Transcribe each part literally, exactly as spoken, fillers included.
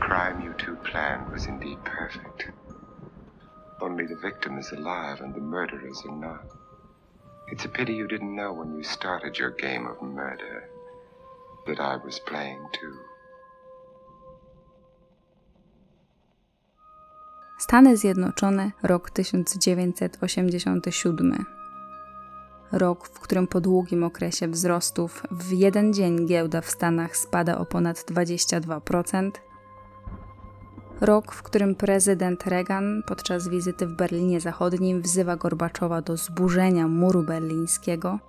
crime you two planned was indeed perfect. Only the victim is alive and the murderers are not. It's a pity you didn't know when you started your game of murder that I was playing too. Stany Zjednoczone, rok tysiąc dziewięćset osiemdziesiąty siódmy. Rok, w którym po długim okresie wzrostów w jeden dzień giełda w Stanach spada o ponad dwadzieścia dwa procent. Rok, w którym prezydent Reagan podczas wizyty w Berlinie Zachodnim wzywa Gorbaczowa do zburzenia muru berlińskiego.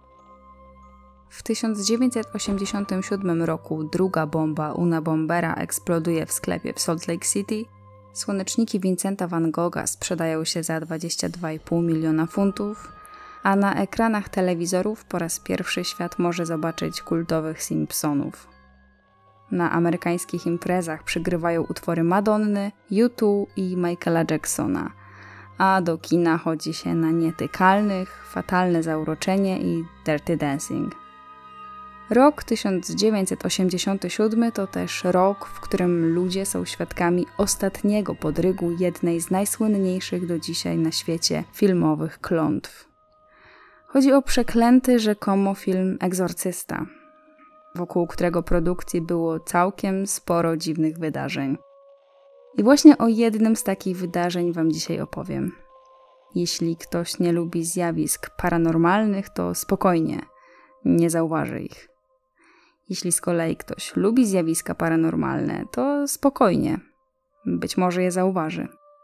W tysiąc dziewięćset osiemdziesiątym siódmym roku druga bomba Unabombera eksploduje w sklepie w Salt Lake City. Słoneczniki Vincenta van Gogha sprzedają się za dwadzieścia dwa i pół miliona funtów, a na ekranach telewizorów po raz pierwszy świat może zobaczyć kultowych Simpsonów. Na amerykańskich imprezach przygrywają utwory Madonny, U dwa i Michaela Jacksona, a do kina chodzi się na Nietykalnych, Fatalne zauroczenie i Dirty Dancing. Rok tysiąc dziewięćset osiemdziesiąty siódmy to też rok, w którym ludzie są świadkami ostatniego podrygu jednej z najsłynniejszych do dzisiaj na świecie filmowych klątw. Chodzi o przeklęty rzekomo film Egzorcysta, wokół którego produkcji było całkiem sporo dziwnych wydarzeń. I właśnie o jednym z takich wydarzeń wam dzisiaj opowiem. Jeśli ktoś nie lubi zjawisk paranormalnych, to spokojnie, nie zauważy ich. Jeśli z kolei ktoś lubi zjawiska paranormalne, to spokojnie, być może je zauważy.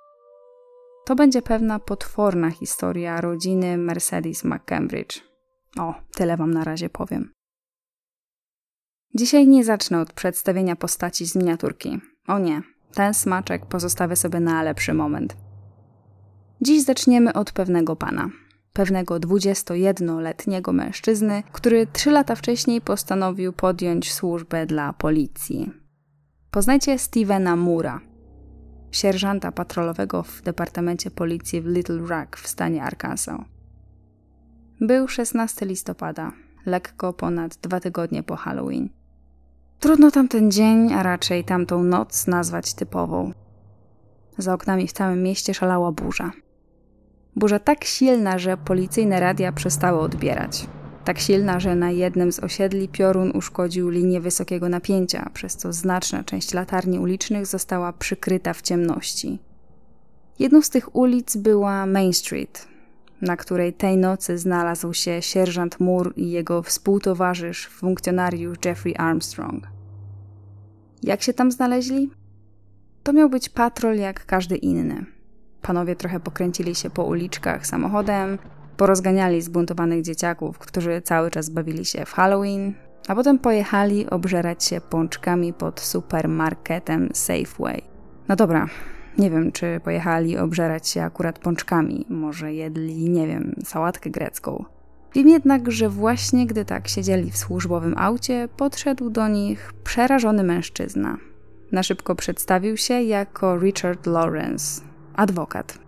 To będzie pewna potworna historia rodziny Mercedes McCambridge. O, tyle wam na razie powiem. Dzisiaj nie zacznę od przedstawienia postaci z miniaturki. O nie, ten smaczek pozostawię sobie na lepszy moment. Dziś zaczniemy od pewnego pana. Pewnego dwudziestojednoletniego mężczyzny, który trzy lata wcześniej postanowił podjąć służbę dla policji. Poznajcie Stevena Moore'a, sierżanta patrolowego w Departamencie Policji w Little Rock w stanie Arkansas. Był szesnastego listopada, lekko ponad dwa tygodnie po Halloween. Trudno tamten dzień, a raczej tamtą noc nazwać typową. Za oknami w całym mieście szalała burza. Burza tak silna, że policyjne radia przestały odbierać. Tak silna, że na jednym z osiedli piorun uszkodził linię wysokiego napięcia, przez co znaczna część latarni ulicznych została przykryta w ciemności. Jedną z tych ulic była Main Street, na której tej nocy znalazł się sierżant Moore i jego współtowarzysz, funkcjonariusz Jeffrey Armstrong. Jak się tam znaleźli? To miał być patrol jak każdy inny. Panowie trochę pokręcili się po uliczkach samochodem, porozganiali zbuntowanych dzieciaków, którzy cały czas bawili się w Halloween, a potem pojechali obżerać się pączkami pod supermarketem Safeway. No dobra, nie wiem, czy pojechali obżerać się akurat pączkami, może jedli, nie wiem, sałatkę grecką. Wiem jednak, że właśnie gdy tak siedzieli w służbowym aucie, podszedł do nich przerażony mężczyzna. Na szybko przedstawił się jako Richard Lawrence, adwokat.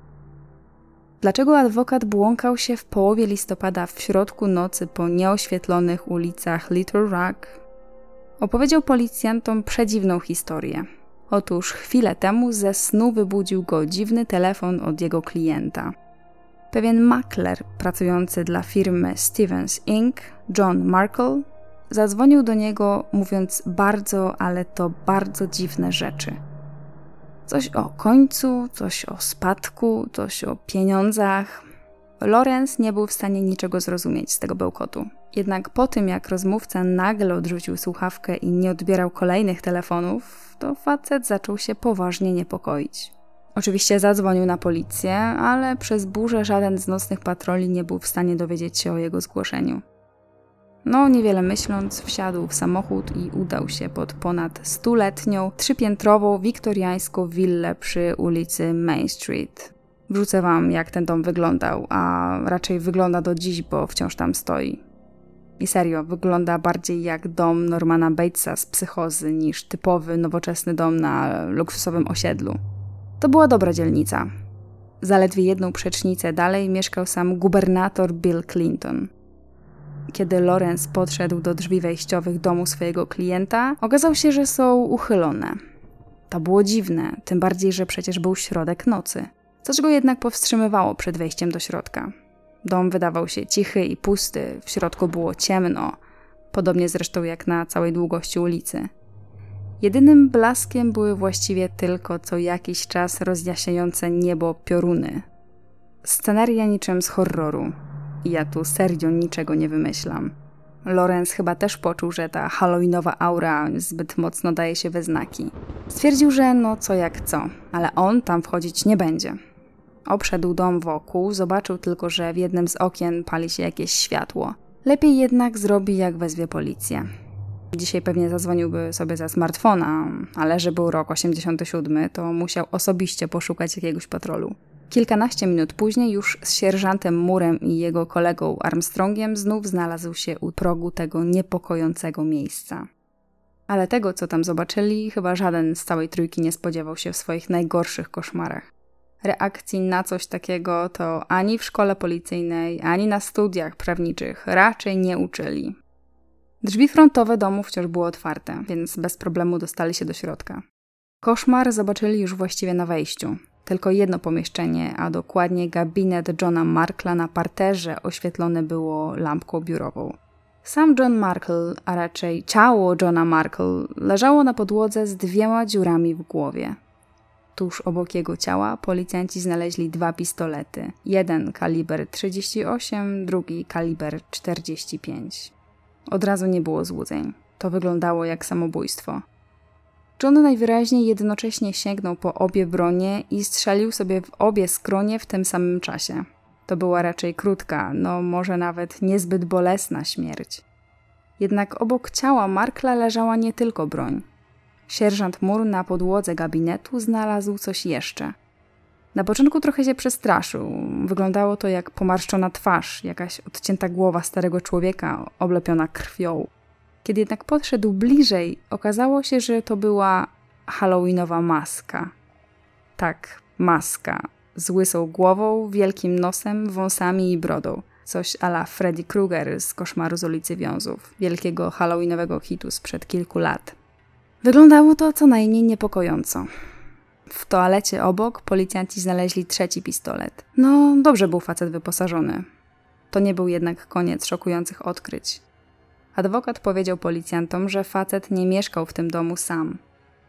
Dlaczego adwokat błąkał się w połowie listopada w środku nocy po nieoświetlonych ulicach Little Rock? Opowiedział policjantom przedziwną historię. Otóż chwilę temu ze snu wybudził go dziwny telefon od jego klienta. Pewien makler pracujący dla firmy Stevens incorporated, John Markle, zadzwonił do niego mówiąc bardzo, ale to bardzo dziwne rzeczy. Coś o końcu, coś o spadku, coś o pieniądzach. Lawrence nie był w stanie niczego zrozumieć z tego bełkotu. Jednak po tym, jak rozmówca nagle odrzucił słuchawkę i nie odbierał kolejnych telefonów, to facet zaczął się poważnie niepokoić. Oczywiście zadzwonił na policję, ale przez burzę żaden z nocnych patroli nie był w stanie dowiedzieć się o jego zgłoszeniu. No, niewiele myśląc, wsiadł w samochód i udał się pod ponad stuletnią, trzypiętrową, wiktoriańską willę przy ulicy Main Street. Wrzucę wam, jak ten dom wyglądał, a raczej wygląda do dziś, bo wciąż tam stoi. I serio, wygląda bardziej jak dom Normana Batesa z Psychozy niż typowy, nowoczesny dom na luksusowym osiedlu. To była dobra dzielnica. Zaledwie jedną przecznicę dalej mieszkał sam gubernator Bill Clinton. Kiedy Lawrence podszedł do drzwi wejściowych domu swojego klienta, okazało się, że są uchylone. To było dziwne, tym bardziej, że przecież był środek nocy. Coś go jednak powstrzymywało przed wejściem do środka. Dom wydawał się cichy i pusty, w środku było ciemno, podobnie zresztą jak na całej długości ulicy. Jedynym blaskiem były właściwie tylko co jakiś czas rozjaśniające niebo pioruny. Sceneria niczym z horroru. I ja tu serio niczego nie wymyślam. Lorenz chyba też poczuł, że ta halloweenowa aura zbyt mocno daje się we znaki. Stwierdził, że no co jak co, ale on tam wchodzić nie będzie. Obszedł dom wokół, zobaczył tylko, że w jednym z okien pali się jakieś światło. Lepiej jednak zrobi, jak wezwie policję. Dzisiaj pewnie zadzwoniłby sobie za smartfona, ale że był rok osiemdziesiąty siódmy, to musiał osobiście poszukać jakiegoś patrolu. Kilkanaście minut później już z sierżantem Murem i jego kolegą Armstrongiem znów znalazł się u progu tego niepokojącego miejsca. Ale tego, co tam zobaczyli, chyba żaden z całej trójki nie spodziewał się w swoich najgorszych koszmarach. Reakcji na coś takiego to ani w szkole policyjnej, ani na studiach prawniczych raczej nie uczyli. Drzwi frontowe domu wciąż były otwarte, więc bez problemu dostali się do środka. Koszmar zobaczyli już właściwie na wejściu. Tylko jedno pomieszczenie, a dokładnie gabinet Johna Markla na parterze oświetlone było lampką biurową. Sam John Markle, a raczej ciało Johna Markle, leżało na podłodze z dwiema dziurami w głowie. Tuż obok jego ciała policjanci znaleźli dwa pistolety. Jeden kaliber trzydzieści osiem, drugi kaliber czterdzieści pięć. Od razu nie było złudzeń. To wyglądało jak samobójstwo. John najwyraźniej jednocześnie sięgnął po obie bronie i strzelił sobie w obie skronie w tym samym czasie. To była raczej krótka, no może nawet niezbyt bolesna śmierć. Jednak obok ciała Markla leżała nie tylko broń. Sierżant Moore na podłodze gabinetu znalazł coś jeszcze. Na początku trochę się przestraszył. Wyglądało to jak pomarszczona twarz, jakaś odcięta głowa starego człowieka oblepiona krwią. Kiedy jednak podszedł bliżej, okazało się, że to była halloweenowa maska. Tak, maska. Z łysą głową, wielkim nosem, wąsami i brodą. Coś a la Freddy Krueger z Koszmaru z ulicy Wiązów, wielkiego halloweenowego hitu sprzed kilku lat. Wyglądało to co najmniej niepokojąco. W toalecie obok policjanci znaleźli trzeci pistolet. No, dobrze był facet wyposażony. To nie był jednak koniec szokujących odkryć. Adwokat powiedział policjantom, że facet nie mieszkał w tym domu sam.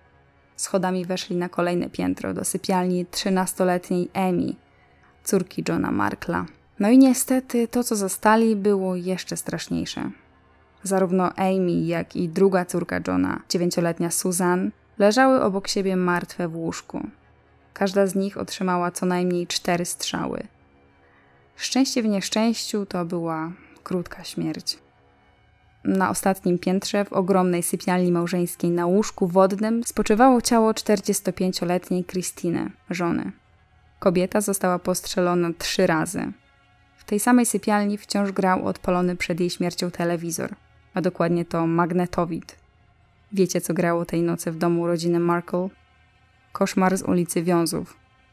Schodami weszli na kolejne piętro do sypialni trzynastoletniej Amy, córki Johna Markla. No i niestety to, co zastali, było jeszcze straszniejsze. Zarówno Amy, jak i druga córka Johna, dziewięcioletnia Susan, leżały obok siebie martwe w łóżku. Każda z nich otrzymała co najmniej cztery strzały. Szczęście w nieszczęściu to była krótka śmierć. Na ostatnim piętrze w ogromnej sypialni małżeńskiej na łóżku wodnym spoczywało ciało czterdziestopięcioletniej Christiny, żony. Kobieta została postrzelona trzy razy. W tej samej sypialni wciąż grał odpalony przed jej śmiercią telewizor, a dokładnie to magnetowid. Wiecie, co grało tej nocy w domu rodziny Markle? Koszmar z ulicy Wiązów.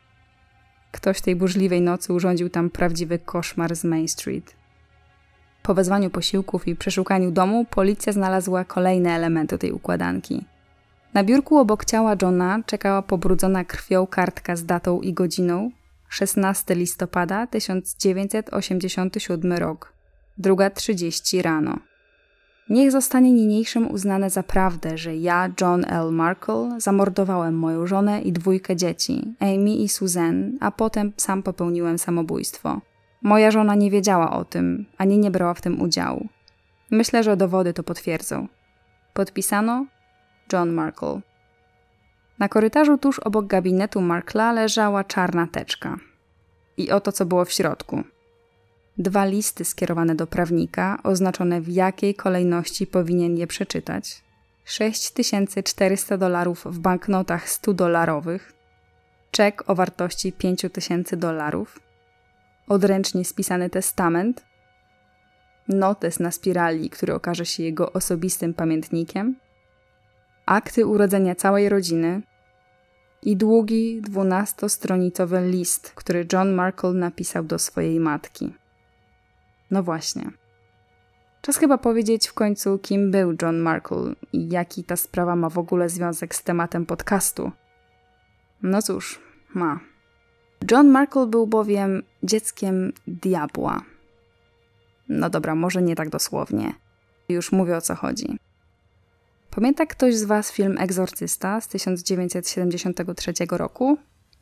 Ktoś tej burzliwej nocy urządził tam prawdziwy koszmar z Main Street. Po wezwaniu posiłków i przeszukaniu domu policja znalazła kolejne elementy tej układanki. Na biurku obok ciała Johna czekała pobrudzona krwią kartka z datą i godziną szesnastego listopada tysiąc dziewięćset osiemdziesiąty siódmy rok, druga trzydzieści rano. Niech zostanie niniejszym uznane za prawdę, że ja, John L. Markle, zamordowałem moją żonę i dwójkę dzieci, Amy i Susan, a potem sam popełniłem samobójstwo. Moja żona nie wiedziała o tym, ani nie brała w tym udziału. Myślę, że dowody to potwierdzą. Podpisano John Markle. Na korytarzu tuż obok gabinetu Markla leżała czarna teczka. I oto co było w środku. Dwa listy skierowane do prawnika, oznaczone w jakiej kolejności powinien je przeczytać. sześć tysięcy czterysta dolarów w banknotach stu-dolarowych. Czek o wartości pięć tysięcy dolarów. Odręcznie spisany testament. Notes na spirali, który okaże się jego osobistym pamiętnikiem. Akty urodzenia całej rodziny. I długi, dwunastostronicowy list, który John Markle napisał do swojej matki. No właśnie. Czas chyba powiedzieć w końcu, kim był John Markle i jaki ta sprawa ma w ogóle związek z tematem podcastu. No cóż, ma. John Markle był bowiem dzieckiem diabła. No dobra, może nie tak dosłownie. Już mówię, o co chodzi. Pamięta ktoś z was film Egzorcysta z tysiąc dziewięćset siedemdziesiątego trzeciego roku?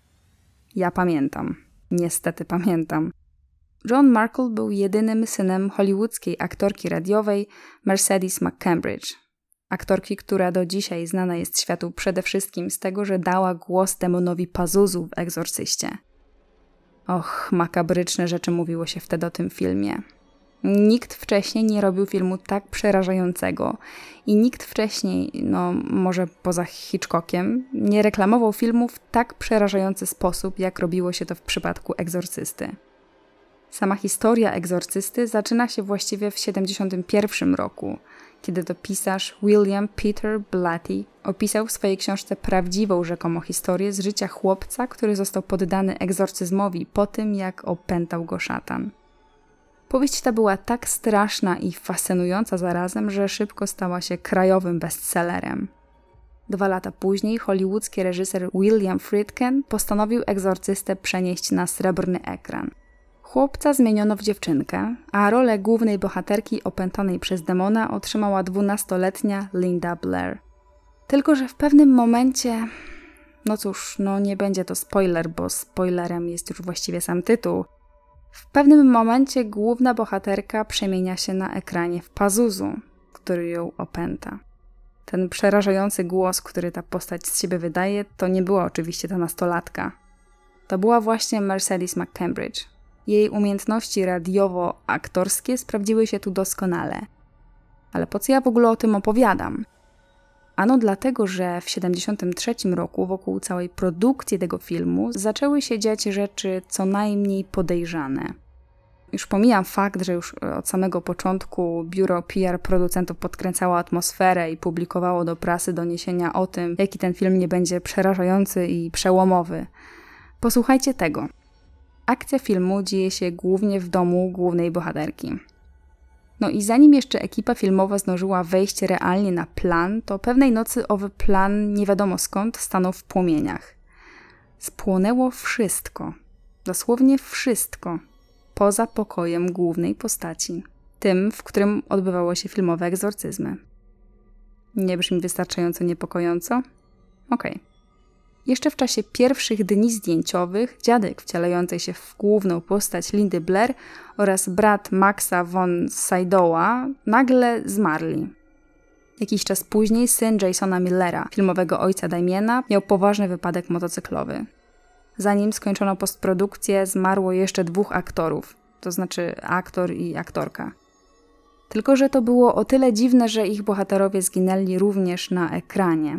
Ja pamiętam. Niestety pamiętam. John Markle był jedynym synem hollywoodzkiej aktorki radiowej Mercedes McCambridge. Aktorki, która do dzisiaj znana jest światu przede wszystkim z tego, że dała głos demonowi Pazuzu w Egzorcyście. Och, makabryczne rzeczy mówiło się wtedy o tym filmie. Nikt wcześniej nie robił filmu tak przerażającego i nikt wcześniej, no może poza Hitchcockiem, nie reklamował filmu w tak przerażający sposób, jak robiło się to w przypadku Egzorcysty. Sama historia Egzorcysty zaczyna się właściwie w siedemdziesiątym pierwszym roku, kiedy to pisarz William Peter Blatty opisał w swojej książce prawdziwą rzekomo historię z życia chłopca, który został poddany egzorcyzmowi po tym, jak opętał go szatan. Powieść ta była tak straszna i fascynująca zarazem, że szybko stała się krajowym bestsellerem. Dwa lata później hollywoodzki reżyser William Friedkin postanowił Egzorcystę przenieść na srebrny ekran. Chłopca zmieniono w dziewczynkę, a rolę głównej bohaterki opętanej przez demona otrzymała dwunastoletnia Linda Blair. Tylko że w pewnym momencie... No cóż, no nie będzie to spoiler, bo spoilerem jest już właściwie sam tytuł. W pewnym momencie główna bohaterka przemienia się na ekranie w Pazuzu, który ją opęta. Ten przerażający głos, który ta postać z siebie wydaje, to nie była oczywiście ta nastolatka. To była właśnie Mercedes McCambridge. Jej umiejętności radiowo-aktorskie sprawdziły się tu doskonale. Ale po co ja w ogóle o tym opowiadam? Ano dlatego, że w siedemdziesiątym trzecim roku wokół całej produkcji tego filmu zaczęły się dziać rzeczy co najmniej podejrzane. Już pomijam fakt, że już od samego początku biuro P R producentów podkręcało atmosferę i publikowało do prasy doniesienia o tym, jaki ten film nie będzie przerażający i przełomowy. Posłuchajcie tego. Akcja filmu dzieje się głównie w domu głównej bohaterki. No i zanim jeszcze ekipa filmowa zdążyła wejść realnie na plan, to pewnej nocy owy plan nie wiadomo skąd stanął w płomieniach. Spłonęło wszystko, dosłownie wszystko, poza pokojem głównej postaci, tym, w którym odbywało się filmowe egzorcyzmy. Nie brzmi wystarczająco niepokojąco? Okej. Okay. Jeszcze w czasie pierwszych dni zdjęciowych dziadek wcielający się w główną postać Lindy Blair oraz brat Maxa von Sydowa nagle zmarli. Jakiś czas później syn Jasona Millera, filmowego ojca Damiena, miał poważny wypadek motocyklowy. Zanim skończono postprodukcję, zmarło jeszcze dwóch aktorów, to znaczy aktor i aktorka. Tylko że to było o tyle dziwne, że ich bohaterowie zginęli również na ekranie.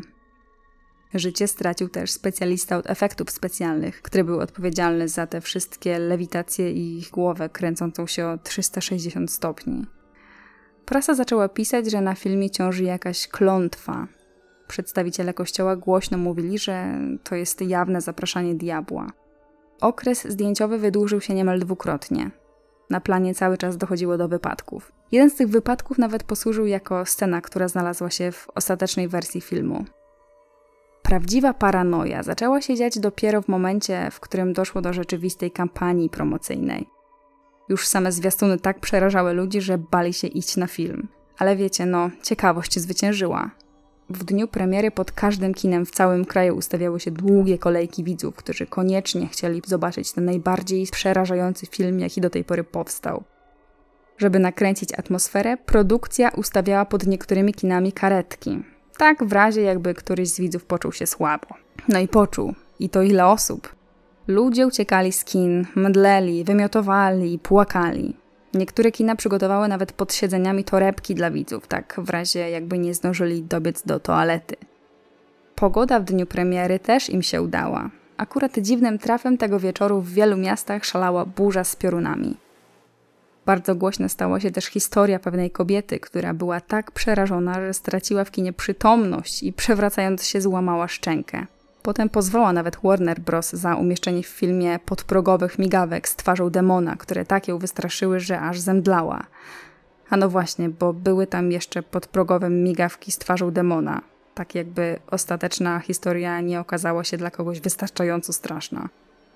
Życie stracił też specjalista od efektów specjalnych, który był odpowiedzialny za te wszystkie lewitacje i ich głowę kręcącą się o trzysta sześćdziesiąt stopni. Prasa zaczęła pisać, że na filmie ciąży jakaś klątwa. Przedstawiciele kościoła głośno mówili, że to jest jawne zapraszanie diabła. Okres zdjęciowy wydłużył się niemal dwukrotnie. Na planie cały czas dochodziło do wypadków. Jeden z tych wypadków nawet posłużył jako scena, która znalazła się w ostatecznej wersji filmu. Prawdziwa paranoja zaczęła się dziać dopiero w momencie, w którym doszło do rzeczywistej kampanii promocyjnej. Już same zwiastuny tak przerażały ludzi, że bali się iść na film. Ale wiecie, no, ciekawość zwyciężyła. W dniu premiery pod każdym kinem w całym kraju ustawiały się długie kolejki widzów, którzy koniecznie chcieli zobaczyć ten najbardziej przerażający film, jaki do tej pory powstał. Żeby nakręcić atmosferę, produkcja ustawiała pod niektórymi kinami karetki. Tak w razie, jakby któryś z widzów poczuł się słabo. No i poczuł. I to ile osób. Ludzie uciekali z kin, mdleli, wymiotowali i płakali. Niektóre kina przygotowały nawet pod siedzeniami torebki dla widzów, tak w razie jakby nie zdążyli dobiec do toalety. Pogoda w dniu premiery też im się udała. Akurat dziwnym trafem tego wieczoru w wielu miastach szalała burza z piorunami. Bardzo głośna stała się też historia pewnej kobiety, która była tak przerażona, że straciła w kinie przytomność i przewracając się złamała szczękę. Potem pozwała nawet Warner Bros. Za umieszczenie w filmie podprogowych migawek z twarzą demona, które tak ją wystraszyły, że aż zemdlała. A no właśnie, bo były tam jeszcze podprogowem migawki z twarzą demona. Tak jakby ostateczna historia nie okazała się dla kogoś wystarczająco straszna.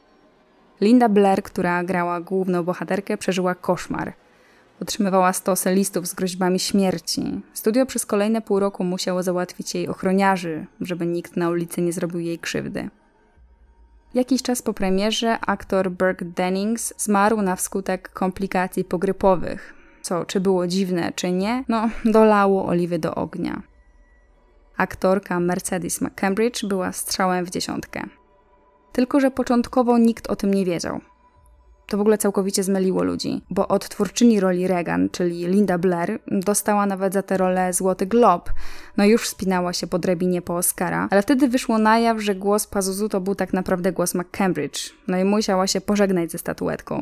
Linda Blair, która grała główną bohaterkę, przeżyła koszmar. Otrzymywała stosy listów z groźbami śmierci. Studio przez kolejne pół roku musiało załatwić jej ochroniarzy, żeby nikt na ulicy nie zrobił jej krzywdy. Jakiś czas po premierze aktor Burke Dennings zmarł na wskutek komplikacji pogrypowych. Co, czy było dziwne, czy nie, no dolało oliwy do ognia. Aktorka Mercedes McCambridge była strzałem w dziesiątkę. Tylko że początkowo nikt o tym nie wiedział. To w ogóle całkowicie zmyliło ludzi, bo od twórczyni roli Regan, czyli Linda Blair, dostała nawet za tę rolę Złoty Glob. No już wspinała się po drabinie po Oscara, ale wtedy wyszło na jaw, że głos Pazuzu to był tak naprawdę głos McCambridge. No i musiała się pożegnać ze statuetką.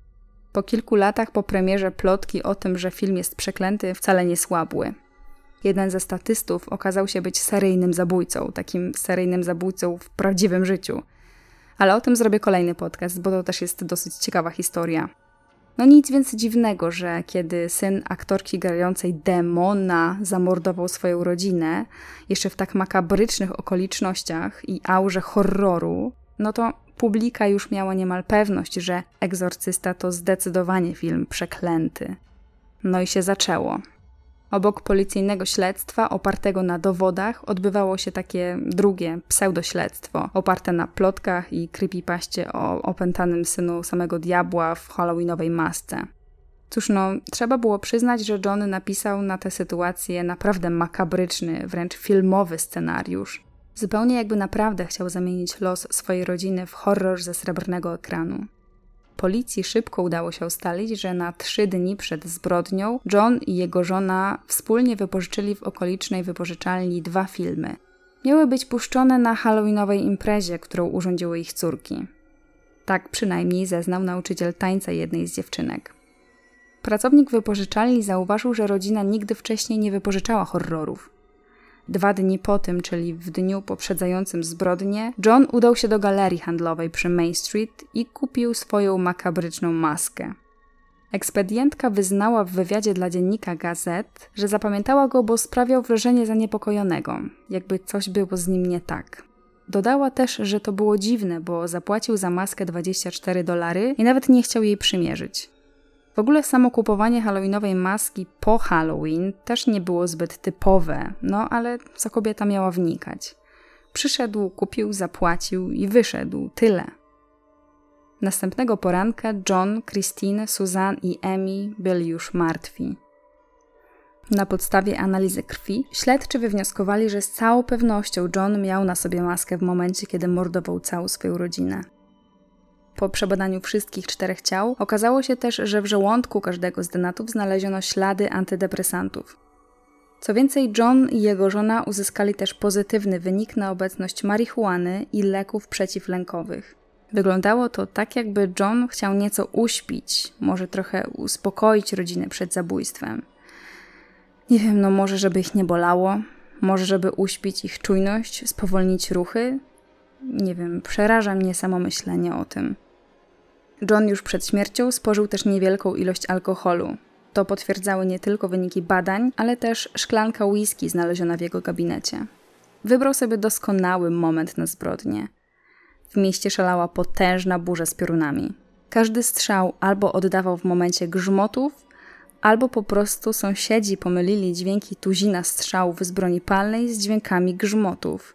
Po kilku latach po premierze plotki o tym, że film jest przeklęty, wcale nie słabły. Jeden ze statystów okazał się być seryjnym zabójcą, takim seryjnym zabójcą w prawdziwym życiu. Ale o tym zrobię kolejny podcast, bo to też jest dosyć ciekawa historia. No nic więc dziwnego, że kiedy syn aktorki grającej demona zamordował swoją rodzinę, jeszcze w tak makabrycznych okolicznościach i aurze horroru, no to publika już miała niemal pewność, że Egzorcysta to zdecydowanie film przeklęty. No i się zaczęło. Obok policyjnego śledztwa opartego na dowodach odbywało się takie drugie pseudośledztwo, oparte na plotkach i creepypaście o opętanym synu samego diabła w halloweenowej masce. Cóż no, trzeba było przyznać, że John napisał na tę sytuację naprawdę makabryczny, wręcz filmowy scenariusz. Zupełnie jakby naprawdę chciał zamienić los swojej rodziny w horror ze srebrnego ekranu. Policji szybko udało się ustalić, że na trzy dni przed zbrodnią John i jego żona wspólnie wypożyczyli w okolicznej wypożyczalni dwa filmy. Miały być puszczone na halloweenowej imprezie, którą urządziły ich córki. Tak przynajmniej zeznał nauczyciel tańca jednej z dziewczynek. Pracownik wypożyczalni zauważył, że rodzina nigdy wcześniej nie wypożyczała horrorów. Dwa dni po tym, czyli w dniu poprzedzającym zbrodnię, John udał się do galerii handlowej przy Main Street i kupił swoją makabryczną maskę. Ekspedientka wyznała w wywiadzie dla dziennika Gazette, że zapamiętała go, bo sprawiał wrażenie zaniepokojonego, jakby coś było z nim nie tak. Dodała też, że to było dziwne, bo zapłacił za maskę dwadzieścia cztery dolary i nawet nie chciał jej przymierzyć. W ogóle samo kupowanie halloweenowej maski po Halloween też nie było zbyt typowe, no ale co kobieta miała wnikać? Przyszedł, kupił, zapłacił i wyszedł. Tyle. Następnego poranka John, Christine, Suzanne i Amy byli już martwi. Na podstawie analizy krwi śledczy wywnioskowali, że z całą pewnością John miał na sobie maskę w momencie, kiedy mordował całą swoją rodzinę. Po przebadaniu wszystkich czterech ciał okazało się też, że w żołądku każdego z denatów znaleziono ślady antydepresantów. Co więcej, John i jego żona uzyskali też pozytywny wynik na obecność marihuany i leków przeciwlękowych. Wyglądało to tak, jakby John chciał nieco uśpić, może trochę uspokoić rodzinę przed zabójstwem. Nie wiem, no może żeby ich nie bolało, może żeby uśpić ich czujność, spowolnić ruchy. Nie wiem, przeraża mnie samo myślenie o tym. John już przed śmiercią spożył też niewielką ilość alkoholu. To potwierdzały nie tylko wyniki badań, ale też szklanka whisky znaleziona w jego gabinecie. Wybrał sobie doskonały moment na zbrodnię. W mieście szalała potężna burza z piorunami. Każdy strzał albo oddawał w momencie grzmotów, albo po prostu sąsiedzi pomylili dźwięki tuzina strzałów z broni palnej z dźwiękami grzmotów.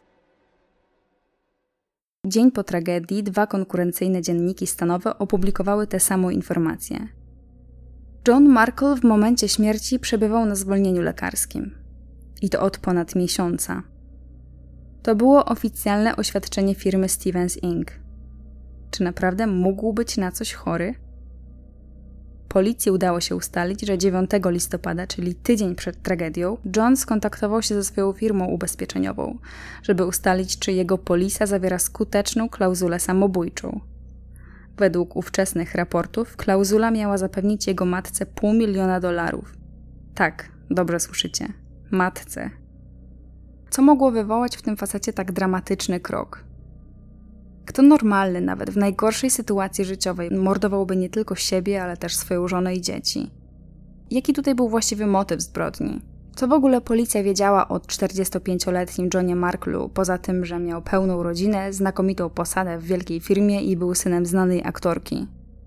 Dzień po tragedii dwa konkurencyjne dzienniki stanowe opublikowały tę samą informację. John Markle w momencie śmierci przebywał na zwolnieniu lekarskim. I to od ponad miesiąca. To było oficjalne oświadczenie firmy Stevens incorporated. Czy naprawdę mógł być na coś chory? Policji udało się ustalić, że dziewiątego listopada, czyli tydzień przed tragedią, John skontaktował się ze swoją firmą ubezpieczeniową, żeby ustalić, czy jego polisa zawiera skuteczną klauzulę samobójczą. Według ówczesnych raportów klauzula miała zapewnić jego matce pół miliona dolarów. Tak, dobrze słyszycie. Matce. Co mogło wywołać w tym facecie tak dramatyczny krok? Kto normalny, nawet w najgorszej sytuacji życiowej, mordowałby nie tylko siebie, ale też swoją żonę i dzieci? Jaki tutaj był właściwy motyw zbrodni? Co w ogóle policja wiedziała o czterdziestopięcioletnim Johnie Marklu, poza tym, że miał pełną rodzinę, znakomitą posadę w wielkiej firmie i był synem znanej aktorki?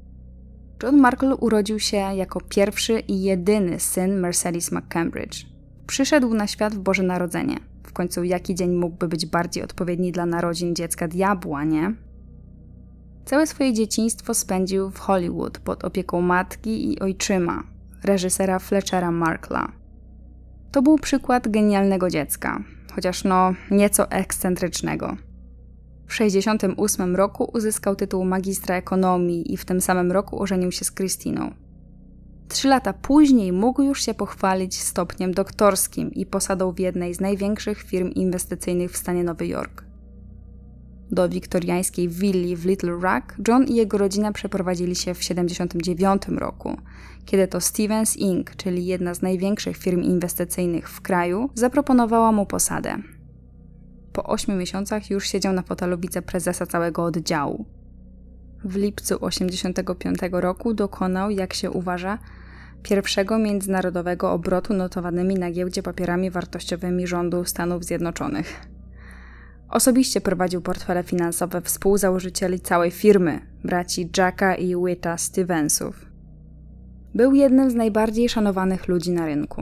John Markle urodził się jako pierwszy i jedyny syn Mercedes McCambridge. Przyszedł na świat w Boże Narodzenie. W końcu jaki dzień mógłby być bardziej odpowiedni dla narodzin dziecka diabła, nie? Całe swoje dzieciństwo spędził w Hollywood pod opieką matki i ojczyma, reżysera Fletchera Markla. To był przykład genialnego dziecka, chociaż no nieco ekscentrycznego. W sześćdziesiątym ósmym roku uzyskał tytuł magistra ekonomii i w tym samym roku ożenił się z Christiną. Trzy lata później mógł już się pochwalić stopniem doktorskim i posadą w jednej z największych firm inwestycyjnych w stanie Nowy Jork. Do wiktoriańskiej willi w Little Rock John i jego rodzina przeprowadzili się w siedemdziesiątym dziewiątym roku, kiedy to Stevens Incorporated, czyli jedna z największych firm inwestycyjnych w kraju, zaproponowała mu posadę. Po ośmiu miesiącach już siedział na fotelu wiceprezesa całego oddziału. W lipcu osiemdziesiątego piątego roku dokonał, jak się uważa, pierwszego międzynarodowego obrotu notowanymi na giełdzie papierami wartościowymi rządu Stanów Zjednoczonych. Osobiście prowadził portfele finansowe współzałożycieli całej firmy, braci Jacka i Whita Stevensów. Był jednym z najbardziej szanowanych ludzi na rynku.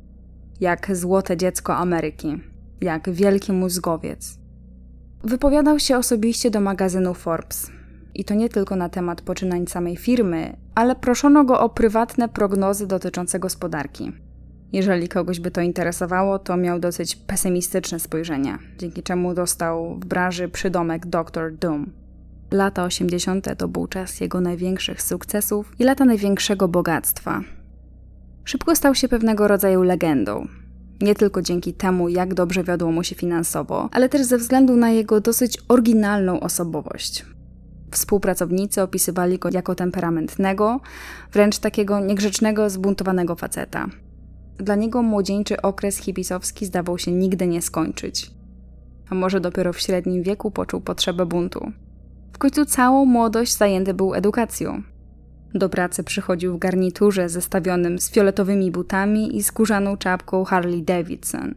Jak złote dziecko Ameryki, jak wielki mózgowiec. Wypowiadał się osobiście do magazynu Forbes. I to nie tylko na temat poczynań samej firmy, ale proszono go o prywatne prognozy dotyczące gospodarki. Jeżeli kogoś by to interesowało, to miał dosyć pesymistyczne spojrzenie, dzięki czemu dostał w branży przydomek doktor Doom. Lata osiemdziesiąte to był czas jego największych sukcesów i lata największego bogactwa. Szybko stał się pewnego rodzaju legendą. Nie tylko dzięki temu, jak dobrze wiodło mu się finansowo, ale też ze względu na jego dosyć oryginalną osobowość. Współpracownicy opisywali go jako temperamentnego, wręcz takiego niegrzecznego, zbuntowanego faceta. Dla niego młodzieńczy okres hipisowski zdawał się nigdy nie skończyć. A może dopiero w średnim wieku poczuł potrzebę buntu. W końcu całą młodość zajęty był edukacją. Do pracy przychodził w garniturze zestawionym z fioletowymi butami i skórzaną czapką Harley Davidson.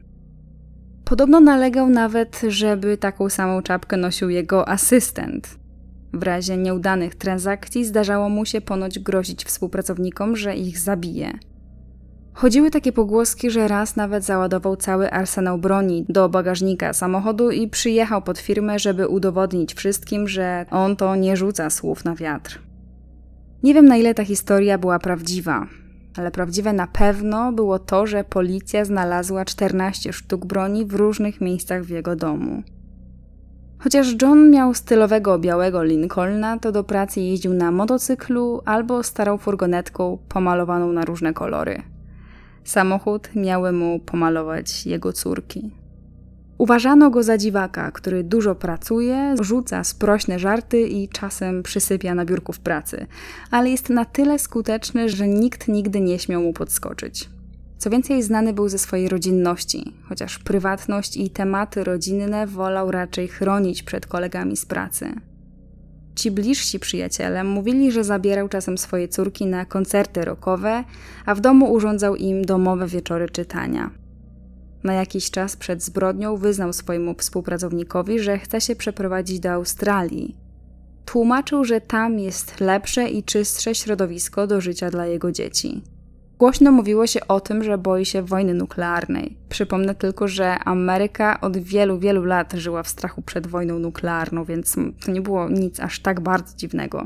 Podobno nalegał nawet, żeby taką samą czapkę nosił jego asystent. W razie nieudanych transakcji zdarzało mu się ponoć grozić współpracownikom, że ich zabije. Chodziły takie pogłoski, że raz nawet załadował cały arsenał broni do bagażnika samochodu i przyjechał pod firmę, żeby udowodnić wszystkim, że on to nie rzuca słów na wiatr. Nie wiem, na ile ta historia była prawdziwa, ale prawdziwe na pewno było to, że policja znalazła czternaście sztuk broni w różnych miejscach w jego domu. Chociaż John miał stylowego białego Lincolna, to do pracy jeździł na motocyklu albo starą furgonetką pomalowaną na różne kolory. Samochód miały mu pomalować jego córki. Uważano go za dziwaka, który dużo pracuje, rzuca sprośne żarty i czasem przysypia na biurku w pracy, ale jest na tyle skuteczny, że nikt nigdy nie śmiał mu podskoczyć. Co więcej, znany był ze swojej rodzinności, chociaż prywatność i tematy rodzinne wolał raczej chronić przed kolegami z pracy. Ci bliżsi przyjaciele mówili, że zabierał czasem swoje córki na koncerty rockowe, a w domu urządzał im domowe wieczory czytania. Na jakiś czas przed zbrodnią wyznał swojemu współpracownikowi, że chce się przeprowadzić do Australii. Tłumaczył, że tam jest lepsze i czystsze środowisko do życia dla jego dzieci. Głośno mówiło się o tym, że boi się wojny nuklearnej. Przypomnę tylko, że Ameryka od wielu, wielu lat żyła w strachu przed wojną nuklearną, więc to nie było nic aż tak bardzo dziwnego.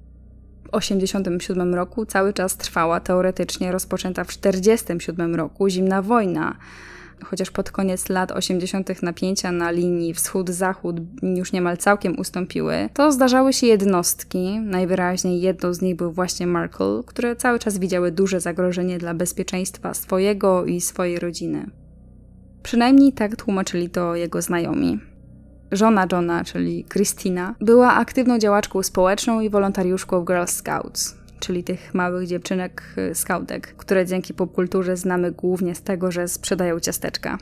W osiemdziesiątym siódmym roku cały czas trwała teoretycznie rozpoczęta w czterdziestym siódmym roku zimna wojna. Chociaż pod koniec lat osiemdziesiątych napięcia na linii wschód-zachód już niemal całkiem ustąpiły, to zdarzały się jednostki, najwyraźniej jedną z nich był właśnie Markle, które cały czas widziały duże zagrożenie dla bezpieczeństwa swojego i swojej rodziny. Przynajmniej tak tłumaczyli to jego znajomi. Żona Johna, czyli Christina, była aktywną działaczką społeczną i wolontariuszką w Girl Scouts, czyli tych małych dziewczynek skautek, które dzięki popkulturze znamy głównie z tego, że sprzedają ciasteczka.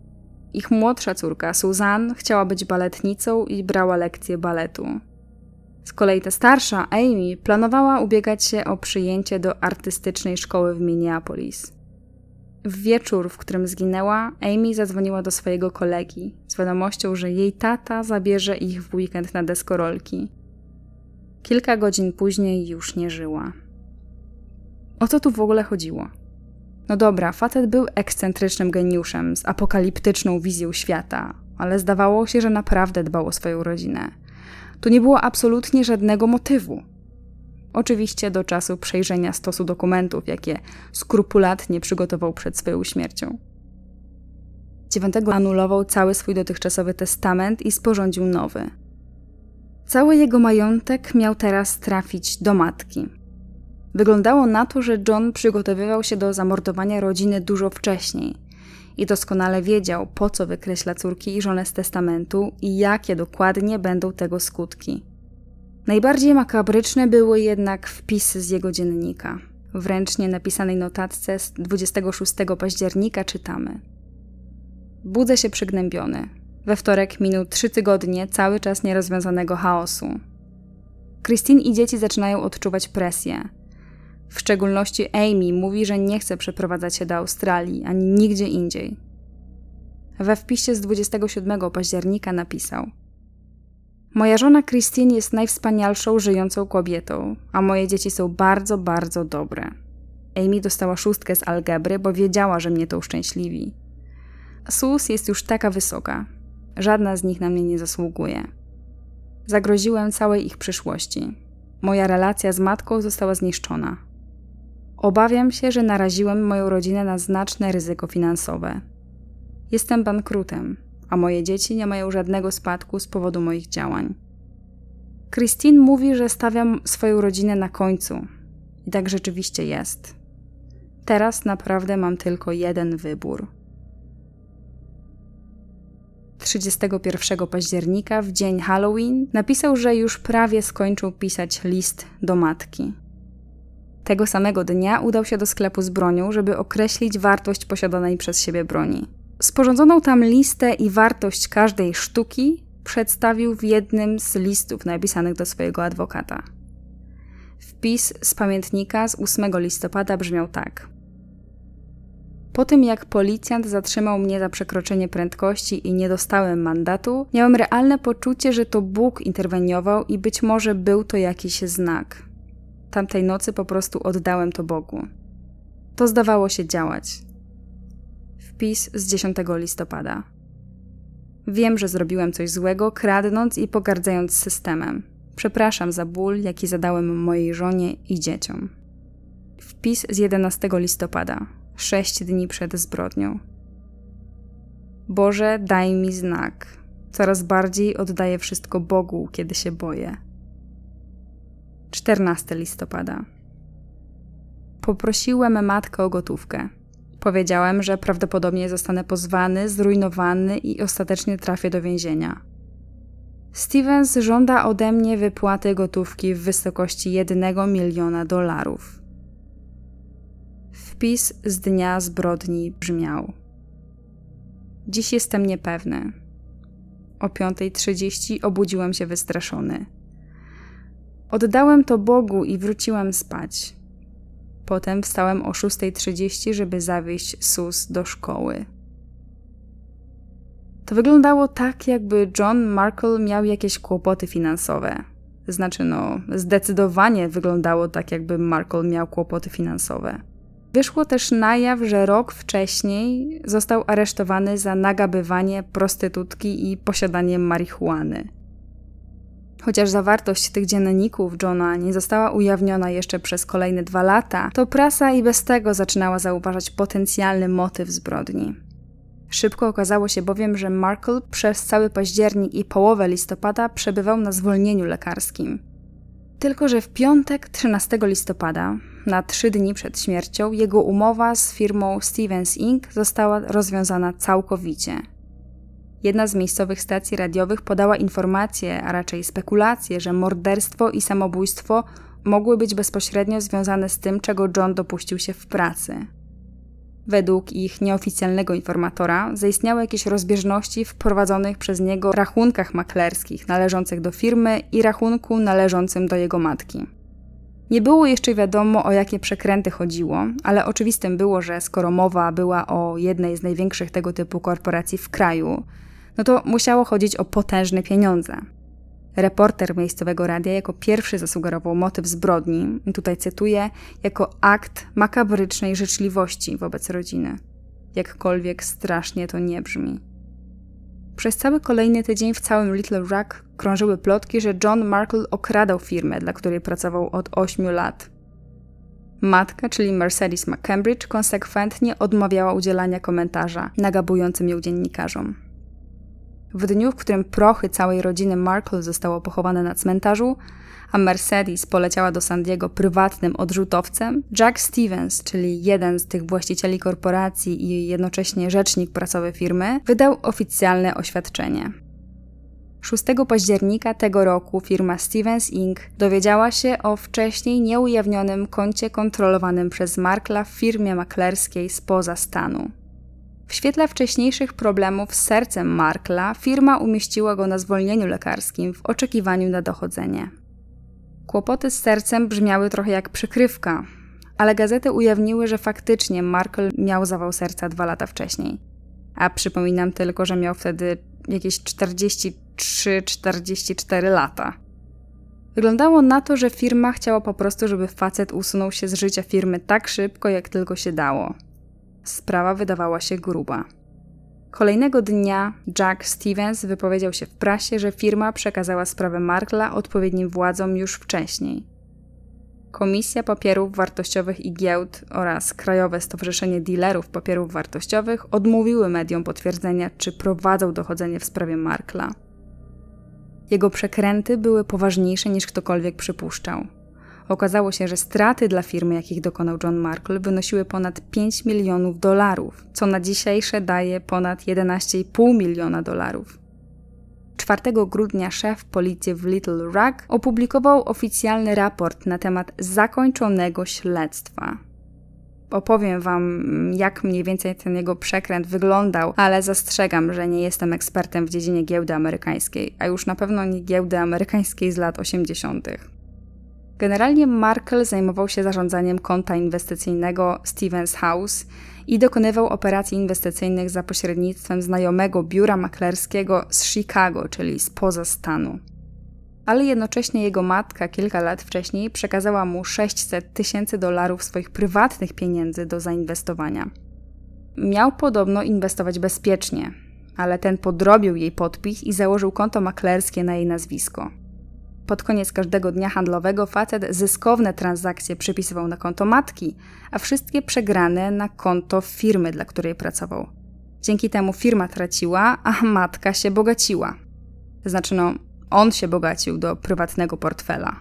Ich młodsza córka, Suzanne, chciała być baletnicą i brała lekcje baletu. Z kolei ta starsza, Amy, planowała ubiegać się o przyjęcie do artystycznej szkoły w Minneapolis. W wieczór, w którym zginęła, Amy zadzwoniła do swojego kolegi z wiadomością, że jej tata zabierze ich w weekend na deskorolki. Kilka godzin później już nie żyła. O co tu w ogóle chodziło? No dobra, facet był ekscentrycznym geniuszem z apokaliptyczną wizją świata, ale zdawało się, że naprawdę dbał o swoją rodzinę. Tu nie było absolutnie żadnego motywu. Oczywiście do czasu przejrzenia stosu dokumentów, jakie skrupulatnie przygotował przed swoją śmiercią. Dziewiątego anulował cały swój dotychczasowy testament i sporządził nowy. Cały jego majątek miał teraz trafić do matki. Wyglądało na to, że John przygotowywał się do zamordowania rodziny dużo wcześniej i doskonale wiedział, po co wykreśla córki i żonę z testamentu i jakie dokładnie będą tego skutki. Najbardziej makabryczne były jednak wpisy z jego dziennika. W ręcznie napisanej notatce z dwudziestego szóstego października czytamy: Budzę się przygnębiony. We wtorek minął trzy tygodnie cały czas nierozwiązanego chaosu. Christine i dzieci zaczynają odczuwać presję. W szczególności Amy mówi, że nie chce przeprowadzać się do Australii ani nigdzie indziej. We wpisie z dwudziestego siódmego października napisał: Moja żona Christine jest najwspanialszą żyjącą kobietą, a moje dzieci są bardzo, bardzo dobre. Amy dostała szóstkę z algebry, bo wiedziała, że mnie to uszczęśliwi. Sus jest już taka wysoka. Żadna z nich na mnie nie zasługuje. Zagroziłem całej ich przyszłości. Moja relacja z matką została zniszczona. Obawiam się, że naraziłem moją rodzinę na znaczne ryzyko finansowe. Jestem bankrutem, a moje dzieci nie mają żadnego spadku z powodu moich działań. Christine mówi, że stawiam swoją rodzinę na końcu. I tak rzeczywiście jest. Teraz naprawdę mam tylko jeden wybór. trzydziestego pierwszego października, w dzień Halloween, napisał, że już prawie skończył pisać list do matki. Tego samego dnia udał się do sklepu z bronią, żeby określić wartość posiadanej przez siebie broni. Sporządzoną tam listę i wartość każdej sztuki przedstawił w jednym z listów napisanych do swojego adwokata. Wpis z pamiętnika z ósmego listopada brzmiał tak: Po tym, jak policjant zatrzymał mnie za przekroczenie prędkości i nie dostałem mandatu, miałem realne poczucie, że to Bóg interweniował i być może był to jakiś znak. Tamtej nocy po prostu oddałem to Bogu. To zdawało się działać. Wpis z dziesiątego listopada. Wiem, że zrobiłem coś złego, kradnąc i pogardzając systemem. Przepraszam za ból, jaki zadałem mojej żonie i dzieciom. Wpis z jedenastego listopada. Sześć dni przed zbrodnią. Boże, daj mi znak. Coraz bardziej oddaję wszystko Bogu, kiedy się boję. czternastego listopada. Poprosiłem matkę o gotówkę. Powiedziałem, że prawdopodobnie zostanę pozwany, zrujnowany i ostatecznie trafię do więzienia. Stevens żąda ode mnie wypłaty gotówki w wysokości jednego miliona dolarów. Wpis z dnia zbrodni brzmiał: Dziś jestem niepewny. O piątej trzydzieści obudziłem się wystraszony. Oddałem to Bogu i wróciłem spać. Potem wstałem o szóstej trzydzieści, żeby zawieźć Sus do szkoły. To wyglądało tak, jakby John Markle miał jakieś kłopoty finansowe. Znaczy, no, zdecydowanie wyglądało tak, jakby Markle miał kłopoty finansowe. Wyszło też na jaw, że rok wcześniej został aresztowany za nagabywanie prostytutki i posiadanie marihuany. Chociaż zawartość tych dzienników Johna nie została ujawniona jeszcze przez kolejne dwa lata, to prasa i bez tego zaczynała zauważać potencjalny motyw zbrodni. Szybko okazało się bowiem, że Markle przez cały październik i połowę listopada przebywał na zwolnieniu lekarskim. Tylko że w piątek trzynastego listopada, na trzy dni przed śmiercią, jego umowa z firmą Stevens incorporated została rozwiązana całkowicie. Jedna z miejscowych stacji radiowych podała informację, a raczej spekulację, że morderstwo i samobójstwo mogły być bezpośrednio związane z tym, czego John dopuścił się w pracy. Według ich nieoficjalnego informatora zaistniały jakieś rozbieżności w prowadzonych przez niego rachunkach maklerskich należących do firmy i rachunku należącym do jego matki. Nie było jeszcze wiadomo, o jakie przekręty chodziło, ale oczywistym było, że skoro mowa była o jednej z największych tego typu korporacji w kraju, no to musiało chodzić o potężne pieniądze. Reporter miejscowego radia jako pierwszy zasugerował motyw zbrodni, tutaj cytuję, jako akt makabrycznej życzliwości wobec rodziny. Jakkolwiek strasznie to nie brzmi. Przez cały kolejny tydzień w całym Little Rock krążyły plotki, że John Markle okradał firmę, dla której pracował od ośmiu lat. Matka, czyli Mercedes McCambridge, konsekwentnie odmawiała udzielania komentarza nagabującym ją dziennikarzom. W dniu, w którym prochy całej rodziny Markle zostało pochowane na cmentarzu, a Mercedes poleciała do San Diego prywatnym odrzutowcem, Jack Stevens, czyli jeden z tych właścicieli korporacji i jednocześnie rzecznik prasowy firmy, wydał oficjalne oświadczenie. szóstego października tego roku firma Stevens incorporated dowiedziała się o wcześniej nieujawnionym koncie kontrolowanym przez Markla w firmie maklerskiej spoza stanu. W świetle wcześniejszych problemów z sercem Markla firma umieściła go na zwolnieniu lekarskim w oczekiwaniu na dochodzenie. Kłopoty z sercem brzmiały trochę jak przykrywka, ale gazety ujawniły, że faktycznie Markle miał zawał serca dwa lata wcześniej. A przypominam tylko, że miał wtedy jakieś czterdzieści trzy czterdzieści cztery lata. Wyglądało na to, że firma chciała po prostu, żeby facet usunął się z życia firmy tak szybko, jak tylko się dało. Sprawa wydawała się gruba. Kolejnego dnia Jack Stevens wypowiedział się w prasie, że firma przekazała sprawę Markla odpowiednim władzom już wcześniej. Komisja Papierów Wartościowych i Giełd oraz Krajowe Stowarzyszenie Dealerów Papierów Wartościowych odmówiły mediom potwierdzenia, czy prowadzą dochodzenie w sprawie Markla. Jego przekręty były poważniejsze niż ktokolwiek przypuszczał. Okazało się, że straty dla firmy, jakich dokonał John Markle, wynosiły ponad pięć milionów dolarów, co na dzisiejsze daje ponad jedenaście i pół miliona dolarów. czwartego grudnia szef policji w Little Rock opublikował oficjalny raport na temat zakończonego śledztwa. Opowiem wam, jak mniej więcej ten jego przekręt wyglądał, ale zastrzegam, że nie jestem ekspertem w dziedzinie giełdy amerykańskiej, a już na pewno nie giełdy amerykańskiej z lat osiemdziesiątych. Generalnie Markle zajmował się zarządzaniem konta inwestycyjnego Stevens House i dokonywał operacji inwestycyjnych za pośrednictwem znajomego biura maklerskiego z Chicago, czyli spoza stanu. Ale jednocześnie jego matka kilka lat wcześniej przekazała mu sześćset tysięcy dolarów swoich prywatnych pieniędzy do zainwestowania. Miał podobno inwestować bezpiecznie, ale ten podrobił jej podpis i założył konto maklerskie na jej nazwisko. Pod koniec każdego dnia handlowego facet zyskowne transakcje przypisywał na konto matki, a wszystkie przegrane na konto firmy, dla której pracował. Dzięki temu firma traciła, a matka się bogaciła. Znaczy no, on się bogacił do prywatnego portfela.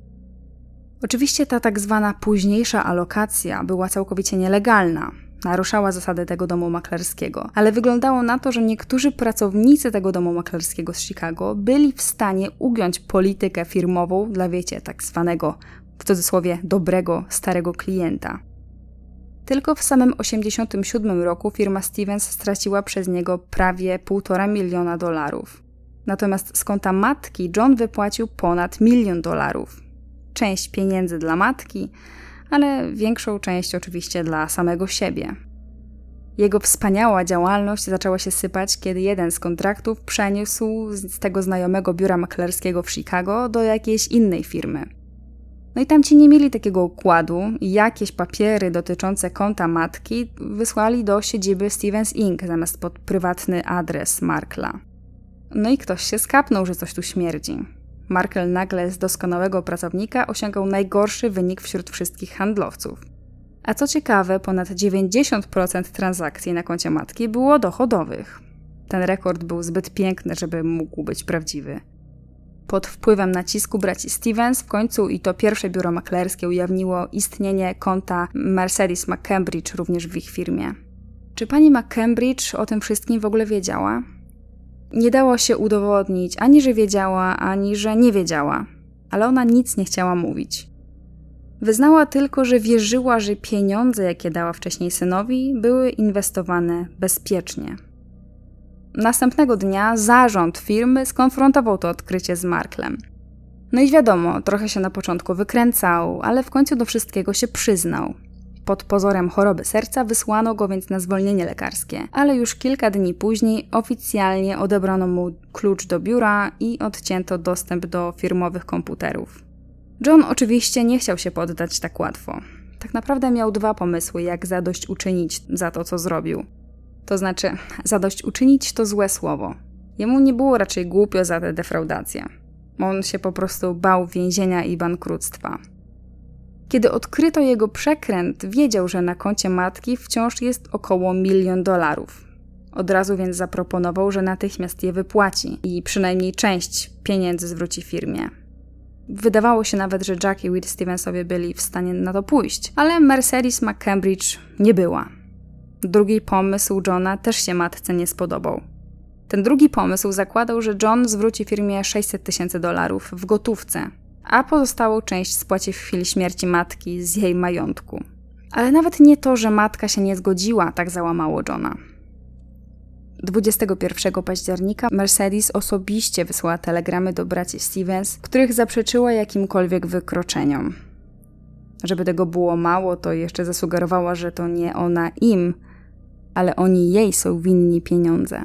Oczywiście ta tak zwana późniejsza alokacja była całkowicie nielegalna. Naruszała zasady tego domu maklerskiego, ale wyglądało na to, że niektórzy pracownicy tego domu maklerskiego z Chicago byli w stanie ugiąć politykę firmową dla, wiecie, tak zwanego, w cudzysłowie, dobrego, starego klienta. Tylko w samym osiemdziesiątym siódmym roku firma Stevens straciła przez niego prawie półtora miliona dolarów. Natomiast z konta matki John wypłacił ponad milion dolarów. Część pieniędzy dla matki, ale większą część oczywiście dla samego siebie. Jego wspaniała działalność zaczęła się sypać, kiedy jeden z kontraktów przeniósł z tego znajomego biura maklerskiego w Chicago do jakiejś innej firmy. No i tamci nie mieli takiego układu i jakieś papiery dotyczące konta matki wysłali do siedziby Stevens incorporated zamiast pod prywatny adres Markla. No i ktoś się skapnął, że coś tu śmierdzi. Markle nagle z doskonałego pracownika osiągał najgorszy wynik wśród wszystkich handlowców. A co ciekawe, ponad dziewięćdziesiąt procent transakcji na koncie matki było dochodowych. Ten rekord był zbyt piękny, żeby mógł być prawdziwy. Pod wpływem nacisku braci Stevens w końcu i to pierwsze biuro maklerskie ujawniło istnienie konta Mercedes McCambridge również w ich firmie. Czy pani McCambridge o tym wszystkim w ogóle wiedziała? Nie dało się udowodnić ani, że wiedziała, ani, że nie wiedziała, ale ona nic nie chciała mówić. Wyznała tylko, że wierzyła, że pieniądze, jakie dała wcześniej synowi, były inwestowane bezpiecznie. Następnego dnia zarząd firmy skonfrontował to odkrycie z Marklem. No i wiadomo, trochę się na początku wykręcał, ale w końcu do wszystkiego się przyznał. Pod pozorem choroby serca wysłano go więc na zwolnienie lekarskie, ale już kilka dni później oficjalnie odebrano mu klucz do biura i odcięto dostęp do firmowych komputerów. John oczywiście nie chciał się poddać tak łatwo. Tak naprawdę miał dwa pomysły, jak zadośćuczynić za to, co zrobił. To znaczy, zadośćuczynić to złe słowo. Jemu nie było raczej głupio za tę defraudację. On się po prostu bał więzienia i bankructwa. Kiedy odkryto jego przekręt, wiedział, że na koncie matki wciąż jest około milion dolarów. Od razu więc zaproponował, że natychmiast je wypłaci i przynajmniej część pieniędzy zwróci firmie. Wydawało się nawet, że Jack i Whit Stevensowie byli w stanie na to pójść, ale Mercedes McCambridge nie była. Drugi pomysł Johna też się matce nie spodobał. Ten drugi pomysł zakładał, że John zwróci firmie sześćset tysięcy dolarów w gotówce, a pozostałą część spłaci w chwili śmierci matki z jej majątku. Ale nawet nie to, że matka się nie zgodziła, tak załamało Johna. dwudziestego pierwszego października Mercedes osobiście wysłała telegramy do braci Stevens, w których zaprzeczyła jakimkolwiek wykroczeniom. Żeby tego było mało, to jeszcze zasugerowała, że to nie ona im, ale oni jej są winni pieniądze.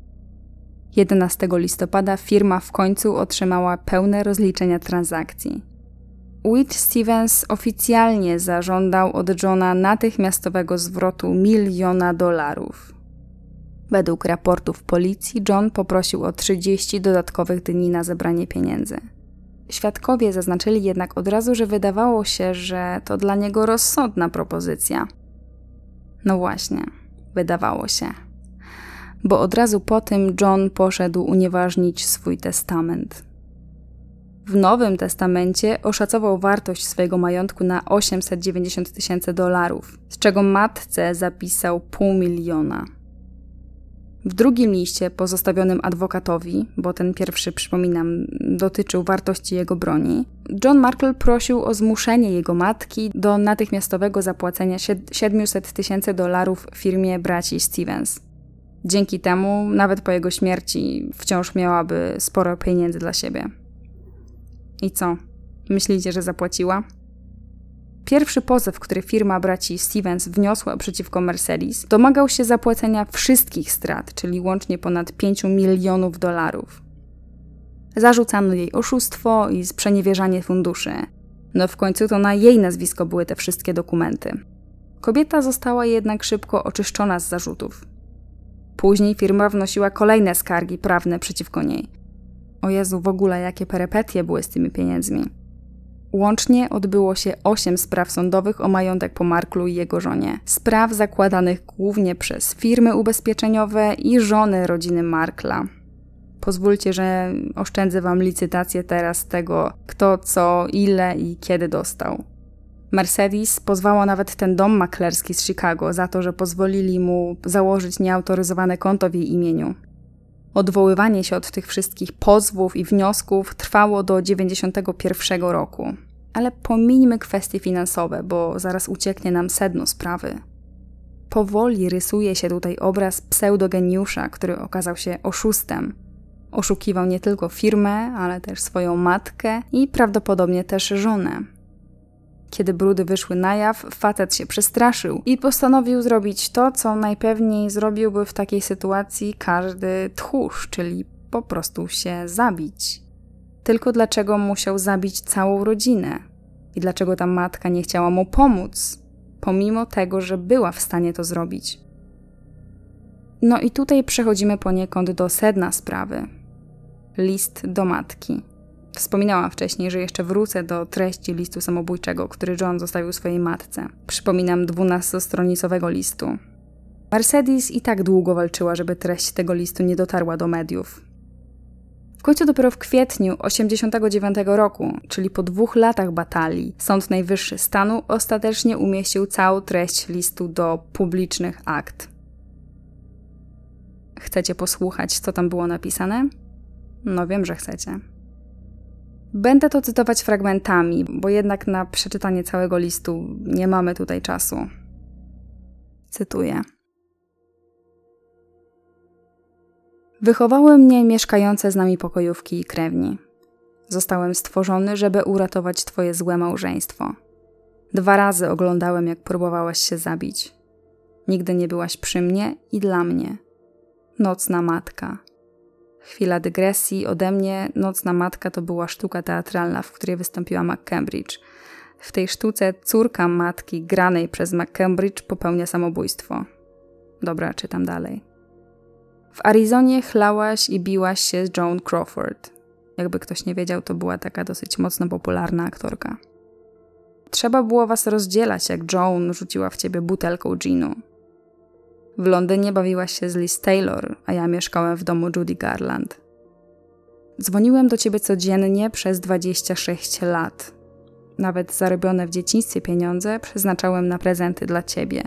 jedenastego listopada firma w końcu otrzymała pełne rozliczenia transakcji. Whit Stevens oficjalnie zażądał od Johna natychmiastowego zwrotu miliona dolarów. Według raportów policji John poprosił o trzydzieści dodatkowych dni na zebranie pieniędzy. Świadkowie zaznaczyli jednak od razu, że wydawało się, że to dla niego rozsądna propozycja. No właśnie, wydawało się. Bo od razu po tym John poszedł unieważnić swój testament. W Nowym Testamencie oszacował wartość swojego majątku na osiemset dziewięćdziesiąt tysięcy dolarów, z czego matce zapisał pół miliona. W drugim liście pozostawionym adwokatowi, bo ten pierwszy, przypominam, dotyczył wartości jego broni, John Markle prosił o zmuszenie jego matki do natychmiastowego zapłacenia siedemset tysięcy dolarów firmie braci Stevens. Dzięki temu, nawet po jego śmierci, wciąż miałaby sporo pieniędzy dla siebie. I co? Myślicie, że zapłaciła? Pierwszy pozew, który firma braci Stevens wniosła przeciwko Mercedes, domagał się zapłacenia wszystkich strat, czyli łącznie ponad pięć milionów dolarów. Zarzucano jej oszustwo i sprzeniewierzanie funduszy. No w końcu to na jej nazwisko były te wszystkie dokumenty. Kobieta została jednak szybko oczyszczona z zarzutów. Później firma wnosiła kolejne skargi prawne przeciwko niej. O Jezu, w ogóle jakie perypetie były z tymi pieniędzmi. Łącznie odbyło się osiem spraw sądowych o majątek po Marklu i jego żonie. Spraw zakładanych głównie przez firmy ubezpieczeniowe i żony rodziny Markla. Pozwólcie, że oszczędzę wam licytację teraz tego, kto, co, ile i kiedy dostał. Mercedes pozwała nawet ten dom maklerski z Chicago za to, że pozwolili mu założyć nieautoryzowane konto w jej imieniu. Odwoływanie się od tych wszystkich pozwów i wniosków trwało do dziewięćdziesiątego pierwszego roku. Ale pomińmy kwestie finansowe, bo zaraz ucieknie nam sedno sprawy. Powoli rysuje się tutaj obraz pseudogeniusza, który okazał się oszustem. Oszukiwał nie tylko firmę, ale też swoją matkę i prawdopodobnie też żonę. Kiedy brudy wyszły na jaw, facet się przestraszył i postanowił zrobić to, co najpewniej zrobiłby w takiej sytuacji każdy tchórz, czyli po prostu się zabić. Tylko dlaczego musiał zabić całą rodzinę? I dlaczego ta matka nie chciała mu pomóc, pomimo tego, że była w stanie to zrobić? No i tutaj przechodzimy poniekąd do sedna sprawy. List do matki. Wspominałam wcześniej, że jeszcze wrócę do treści listu samobójczego, który John zostawił swojej matce. Przypominam dwunastostronicowego listu. Mercedes i tak długo walczyła, żeby treść tego listu nie dotarła do mediów. W końcu dopiero w kwietniu osiemdziesiątego dziewiątego roku, czyli po dwóch latach batalii, Sąd Najwyższy stanu ostatecznie umieścił całą treść listu do publicznych akt. Chcecie posłuchać, co tam było napisane? No wiem, że chcecie. Będę to cytować fragmentami, bo jednak na przeczytanie całego listu nie mamy tutaj czasu. Cytuję. Wychowały mnie mieszkające z nami pokojówki i krewni. Zostałem stworzony, żeby uratować twoje złe małżeństwo. Dwa razy oglądałem, jak próbowałaś się zabić. Nigdy nie byłaś przy mnie i dla mnie. Nocna matka. Chwila dygresji ode mnie. Nocna matka to była sztuka teatralna, w której wystąpiła McCambridge. W tej sztuce córka matki granej przez McCambridge popełnia samobójstwo. Dobra, czytam dalej. W Arizonie chlałaś i biłaś się z Joan Crawford. Jakby ktoś nie wiedział, to była taka dosyć mocno popularna aktorka. Trzeba było was rozdzielać, jak Joan rzuciła w ciebie butelką ginu. W Londynie bawiłaś się z Liz Taylor, a ja mieszkałem w domu Judy Garland. Dzwoniłem do ciebie codziennie przez dwadzieścia sześć lat. Nawet zarobione w dzieciństwie pieniądze przeznaczałem na prezenty dla ciebie.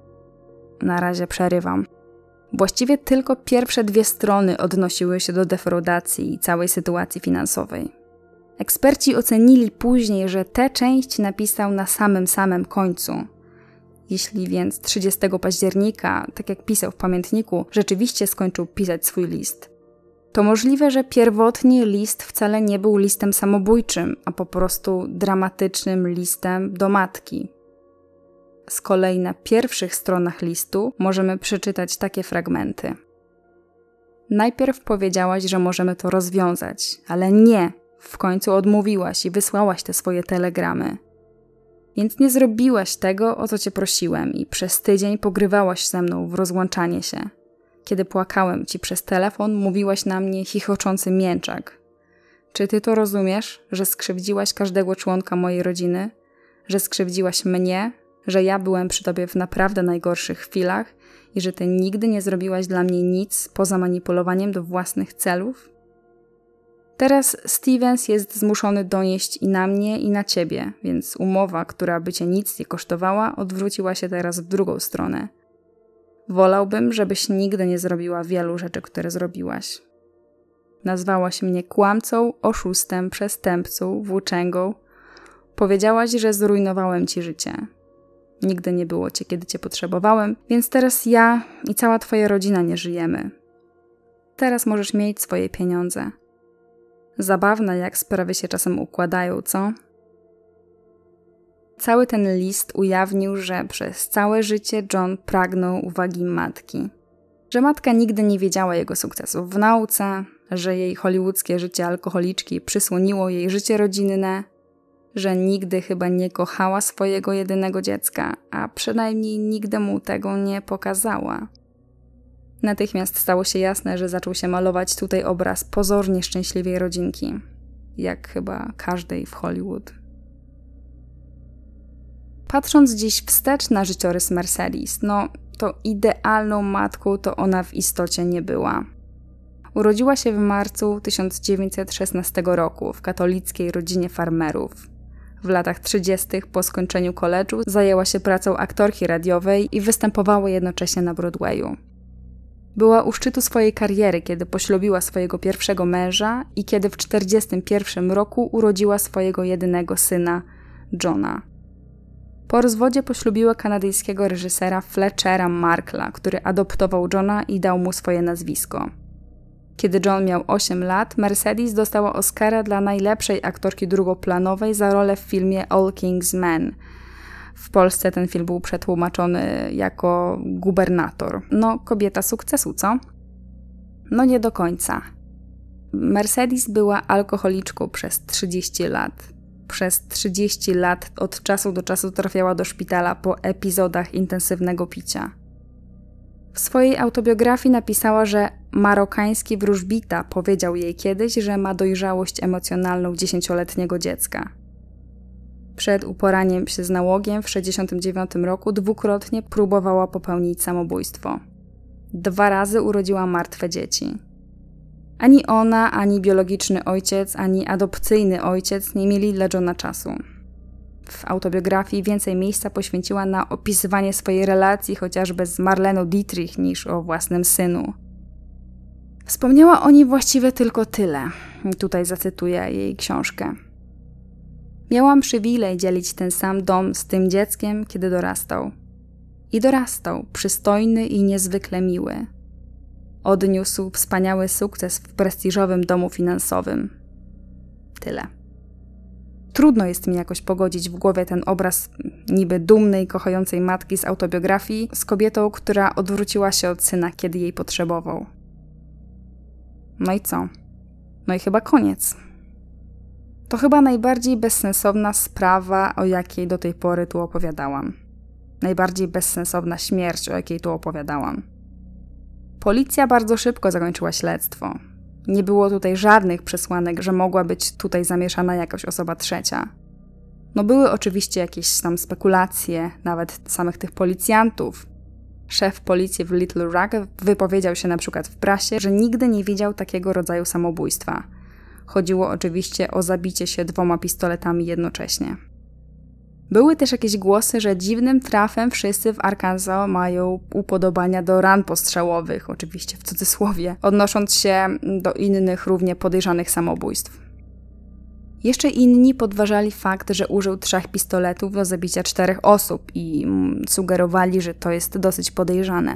Na razie przerywam. Właściwie tylko pierwsze dwie strony odnosiły się do defraudacji i całej sytuacji finansowej. Eksperci ocenili później, że tę część napisał na samym samym końcu. Jeśli więc trzydziestego października, tak jak pisał w pamiętniku, rzeczywiście skończył pisać swój list, to możliwe, że pierwotnie list wcale nie był listem samobójczym, a po prostu dramatycznym listem do matki. Z kolei na pierwszych stronach listu możemy przeczytać takie fragmenty. Najpierw powiedziałaś, że możemy to rozwiązać, ale nie, w końcu odmówiłaś i wysłałaś te swoje telegramy. Więc nie zrobiłaś tego, o co cię prosiłem i przez tydzień pogrywałaś ze mną w rozłączanie się. Kiedy płakałem ci przez telefon, mówiłaś na mnie chichoczący mięczak. Czy ty to rozumiesz, że skrzywdziłaś każdego członka mojej rodziny? Że skrzywdziłaś mnie? Że ja byłem przy tobie w naprawdę najgorszych chwilach i że ty nigdy nie zrobiłaś dla mnie nic poza manipulowaniem do własnych celów? Teraz Stevens jest zmuszony donieść i na mnie, i na ciebie, więc umowa, która by cię nic nie kosztowała, odwróciła się teraz w drugą stronę. Wolałbym, żebyś nigdy nie zrobiła wielu rzeczy, które zrobiłaś. Nazwałaś mnie kłamcą, oszustem, przestępcą, włóczęgą. Powiedziałaś, że zrujnowałem ci życie. Nigdy nie było cię, kiedy cię potrzebowałem, więc teraz ja i cała twoja rodzina nie żyjemy. Teraz możesz mieć swoje pieniądze. Zabawne, jak sprawy się czasem układają, co? Cały ten list ujawnił, że przez całe życie John pragnął uwagi matki. Że matka nigdy nie wiedziała jego sukcesów w nauce, że jej hollywoodzkie życie alkoholiczki przysłoniło jej życie rodzinne, że nigdy chyba nie kochała swojego jedynego dziecka, a przynajmniej nigdy mu tego nie pokazała. Natychmiast stało się jasne, że zaczął się malować tutaj obraz pozornie szczęśliwej rodzinki, jak chyba każdej w Hollywood. Patrząc dziś wstecz na życiorys Mercedes, no to idealną matką to ona w istocie nie była. Urodziła się w marcu tysiąc dziewięćset szesnastego roku w katolickiej rodzinie farmerów. W latach trzydziestych po skończeniu koledżu zajęła się pracą aktorki radiowej i występowała jednocześnie na Broadwayu. Była u szczytu swojej kariery, kiedy poślubiła swojego pierwszego męża i kiedy w czterdziestym pierwszym roku urodziła swojego jedynego syna, Johna. Po rozwodzie poślubiła kanadyjskiego reżysera Fletchera Markla, który adoptował Johna i dał mu swoje nazwisko. Kiedy John miał osiem lat, Mercedes dostała Oscara dla najlepszej aktorki drugoplanowej za rolę w filmie All King's Men. W Polsce ten film był przetłumaczony jako Gubernator. No, kobieta sukcesu, co? No nie do końca. Mercedes była alkoholiczką przez trzydzieści lat. Przez trzydzieści lat od czasu do czasu trafiała do szpitala po epizodach intensywnego picia. W swojej autobiografii napisała, że marokański wróżbita powiedział jej kiedyś, że ma dojrzałość emocjonalną dziesięcioletniego dziecka. Przed uporaniem się z nałogiem w sześćdziesiątym dziewiątym roku dwukrotnie próbowała popełnić samobójstwo. Dwa razy urodziła martwe dzieci. Ani ona, ani biologiczny ojciec, ani adopcyjny ojciec nie mieli dla Johna czasu. W autobiografii więcej miejsca poświęciła na opisywanie swojej relacji chociażby z Marleną Dietrich niż o własnym synu. Wspomniała o niej właściwie tylko tyle. Tutaj zacytuję jej książkę. Miałam przywilej dzielić ten sam dom z tym dzieckiem, kiedy dorastał. I dorastał, przystojny i niezwykle miły. Odniósł wspaniały sukces w prestiżowym domu finansowym. Tyle. Trudno jest mi jakoś pogodzić w głowie ten obraz niby dumnej, kochającej matki z autobiografii z kobietą, która odwróciła się od syna, kiedy jej potrzebował. No i co? No i chyba koniec. To chyba najbardziej bezsensowna sprawa, o jakiej do tej pory tu opowiadałam. Najbardziej bezsensowna śmierć, o jakiej tu opowiadałam. Policja bardzo szybko zakończyła śledztwo. Nie było tutaj żadnych przesłanek, że mogła być tutaj zamieszana jakaś osoba trzecia. No były oczywiście jakieś tam spekulacje, nawet samych tych policjantów. Szef policji w Little Rock wypowiedział się na przykład w prasie, że nigdy nie widział takiego rodzaju samobójstwa. Chodziło oczywiście o zabicie się dwoma pistoletami jednocześnie. Były też jakieś głosy, że dziwnym trafem wszyscy w Arkansas mają upodobania do ran postrzałowych, oczywiście w cudzysłowie, odnosząc się do innych równie podejrzanych samobójstw. Jeszcze inni podważali fakt, że użył trzech pistoletów do zabicia czterech osób i sugerowali, że to jest dosyć podejrzane.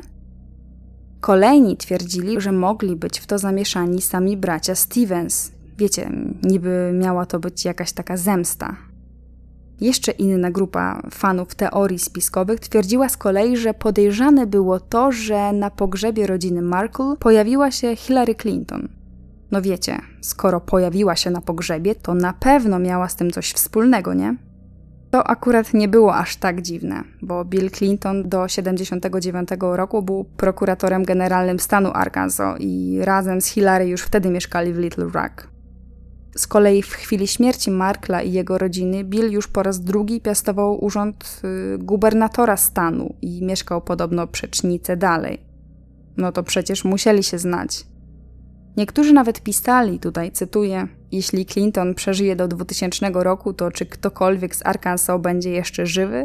Kolejni twierdzili, że mogli być w to zamieszani sami bracia Stevens. Wiecie, niby miała to być jakaś taka zemsta. Jeszcze inna grupa fanów teorii spiskowych twierdziła z kolei, że podejrzane było to, że na pogrzebie rodziny Markle pojawiła się Hillary Clinton. No wiecie, skoro pojawiła się na pogrzebie, to na pewno miała z tym coś wspólnego, nie? To akurat nie było aż tak dziwne, bo Bill Clinton do siedemdziesiątego dziewiątego roku był prokuratorem generalnym stanu Arkansas i razem z Hillary już wtedy mieszkali w Little Rock. Z kolei w chwili śmierci Markla i jego rodziny Bill już po raz drugi piastował urząd y, gubernatora stanu i mieszkał podobno przecznicę dalej. No to przecież musieli się znać. Niektórzy nawet pisali, tutaj cytuję, jeśli Clinton przeżyje do dwutysięcznego roku, to czy ktokolwiek z Arkansas będzie jeszcze żywy?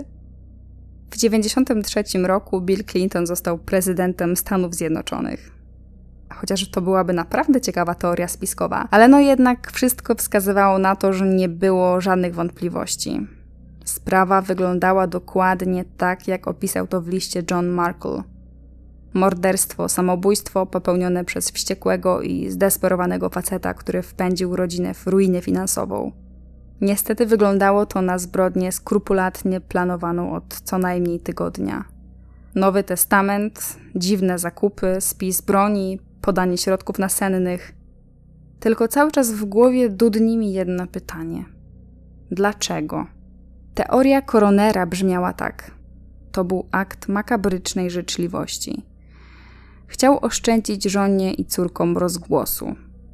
W dziewięćdziesiątym trzecim roku Bill Clinton został prezydentem Stanów Zjednoczonych. Chociaż to byłaby naprawdę ciekawa teoria spiskowa, ale no jednak wszystko wskazywało na to, że nie było żadnych wątpliwości. Sprawa wyglądała dokładnie tak, jak opisał to w liście John Markle. Morderstwo, samobójstwo popełnione przez wściekłego i zdesperowanego faceta, który wpędził rodzinę w ruinę finansową. Niestety wyglądało to na zbrodnię skrupulatnie planowaną od co najmniej tygodnia. Nowy Testament, dziwne zakupy, spis broni, podanie środków nasennych. Tylko cały czas w głowie dudni mi jedno pytanie. Dlaczego? Teoria koronera brzmiała tak. To był akt makabrycznej życzliwości. Chciał oszczędzić żonie i córkom rozgłosu.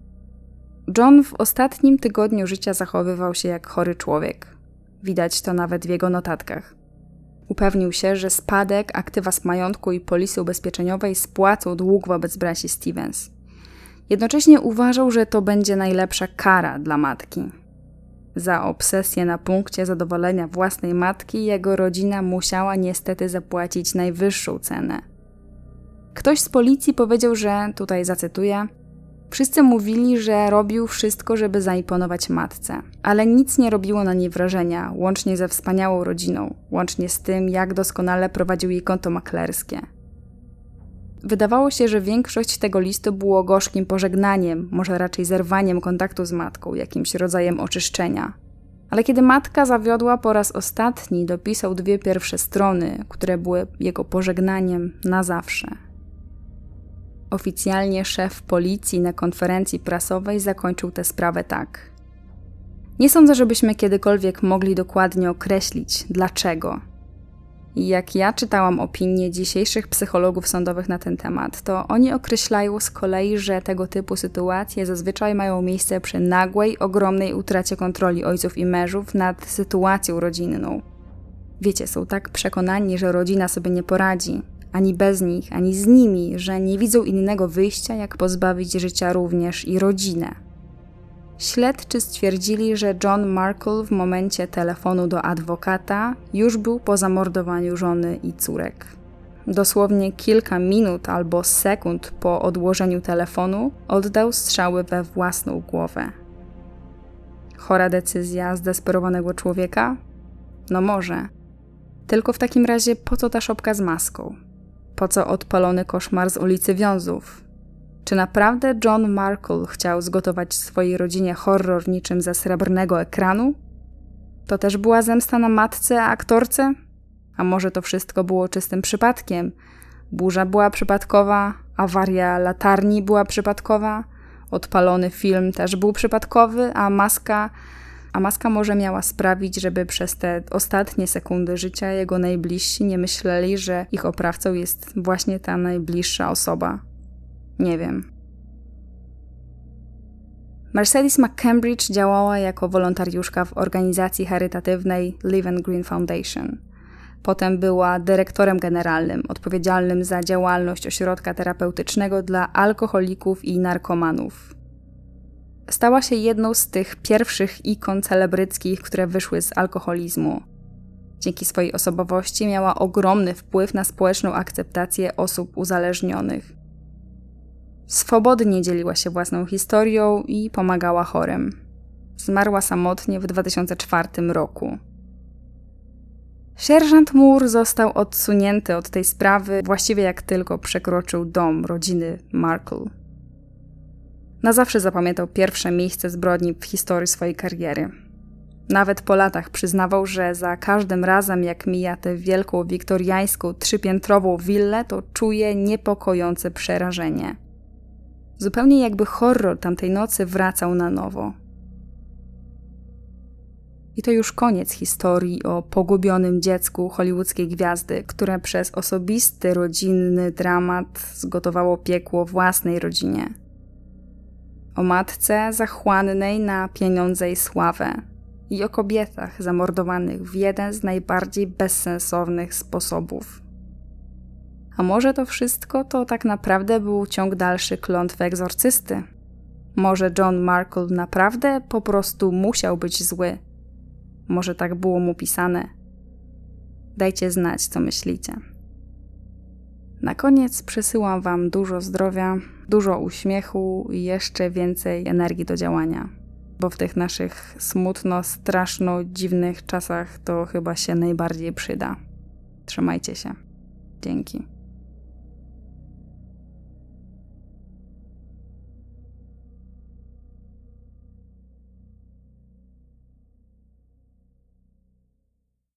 John w ostatnim tygodniu życia zachowywał się jak chory człowiek. Widać to nawet w jego notatkach. Upewnił się, że spadek, aktywa z majątku i polisy ubezpieczeniowej spłacą dług wobec braci Stevens. Jednocześnie uważał, że to będzie najlepsza kara dla matki. Za obsesję na punkcie zadowolenia własnej matki jego rodzina musiała niestety zapłacić najwyższą cenę. Ktoś z policji powiedział, że, tutaj zacytuję, wszyscy mówili, że robił wszystko, żeby zaimponować matce, ale nic nie robiło na niej wrażenia, łącznie ze wspaniałą rodziną, łącznie z tym, jak doskonale prowadził jej konto maklerskie. Wydawało się, że większość tego listu było gorzkim pożegnaniem, może raczej zerwaniem kontaktu z matką, jakimś rodzajem oczyszczenia. Ale kiedy matka zawiodła po raz ostatni, dopisał dwie pierwsze strony, które były jego pożegnaniem na zawsze. Oficjalnie szef policji na konferencji prasowej zakończył tę sprawę tak. Nie sądzę, żebyśmy kiedykolwiek mogli dokładnie określić, dlaczego. I jak ja czytałam opinie dzisiejszych psychologów sądowych na ten temat, to oni określają z kolei, że tego typu sytuacje zazwyczaj mają miejsce przy nagłej, ogromnej utracie kontroli ojców i mężów nad sytuacją rodzinną. Wiecie, są tak przekonani, że rodzina sobie nie poradzi, ani bez nich, ani z nimi, że nie widzą innego wyjścia, jak pozbawić życia również i rodzinę. Śledczy stwierdzili, że John Markle w momencie telefonu do adwokata już był po zamordowaniu żony i córek. dosłownie kilka minut albo sekund po odłożeniu telefonu, oddał strzały we własną głowę. Chora decyzja zdesperowanego człowieka? No może. Tylko w takim razie po co ta szopka z maską? Po co odpalony koszmar z ulicy Wiązów? Czy naprawdę John Markle chciał zgotować swojej rodzinie horror niczym ze srebrnego ekranu? To też była zemsta na matce, aktorce? A może to wszystko było czystym przypadkiem? Burza była przypadkowa, awaria latarni była przypadkowa, odpalony film też był przypadkowy, a maska, a maska może miała sprawić, żeby przez te ostatnie sekundy życia jego najbliżsi nie myśleli, że ich oprawcą jest właśnie ta najbliższa osoba. Nie wiem. Mercedes McCambridge działała jako wolontariuszka w organizacji charytatywnej Live and Green Foundation. Potem była dyrektorem generalnym, odpowiedzialnym za działalność ośrodka terapeutycznego dla alkoholików i narkomanów. Stała się jedną z tych pierwszych ikon celebryckich, które wyszły z alkoholizmu. Dzięki swojej osobowości miała ogromny wpływ na społeczną akceptację osób uzależnionych. Swobodnie dzieliła się własną historią i pomagała chorym. Zmarła samotnie w dwa tysiące czwartym roku. Sierżant Moore został odsunięty od tej sprawy właściwie jak tylko przekroczył dom rodziny Markle. Na zawsze zapamiętał pierwsze miejsce zbrodni w historii swojej kariery. Nawet po latach przyznawał, że za każdym razem jak mija tę wielką wiktoriańską trzypiętrową willę, to czuje niepokojące przerażenie. Zupełnie jakby horror tamtej nocy wracał na nowo. I to już koniec historii o pogubionym dziecku hollywoodzkiej gwiazdy, które przez osobisty, rodzinny dramat zgotowało piekło własnej rodzinie. O matce zachłannej na pieniądze i sławę i o kobietach zamordowanych w jeden z najbardziej bezsensownych sposobów. A może to wszystko to tak naprawdę był ciąg dalszy klątwy egzorcysty? Może John Markle naprawdę po prostu musiał być zły? Może tak było mu pisane? Dajcie znać, co myślicie. Na koniec przysyłam wam dużo zdrowia, dużo uśmiechu i jeszcze więcej energii do działania, bo w tych naszych smutno, straszno, dziwnych czasach to chyba się najbardziej przyda. Trzymajcie się. Dzięki.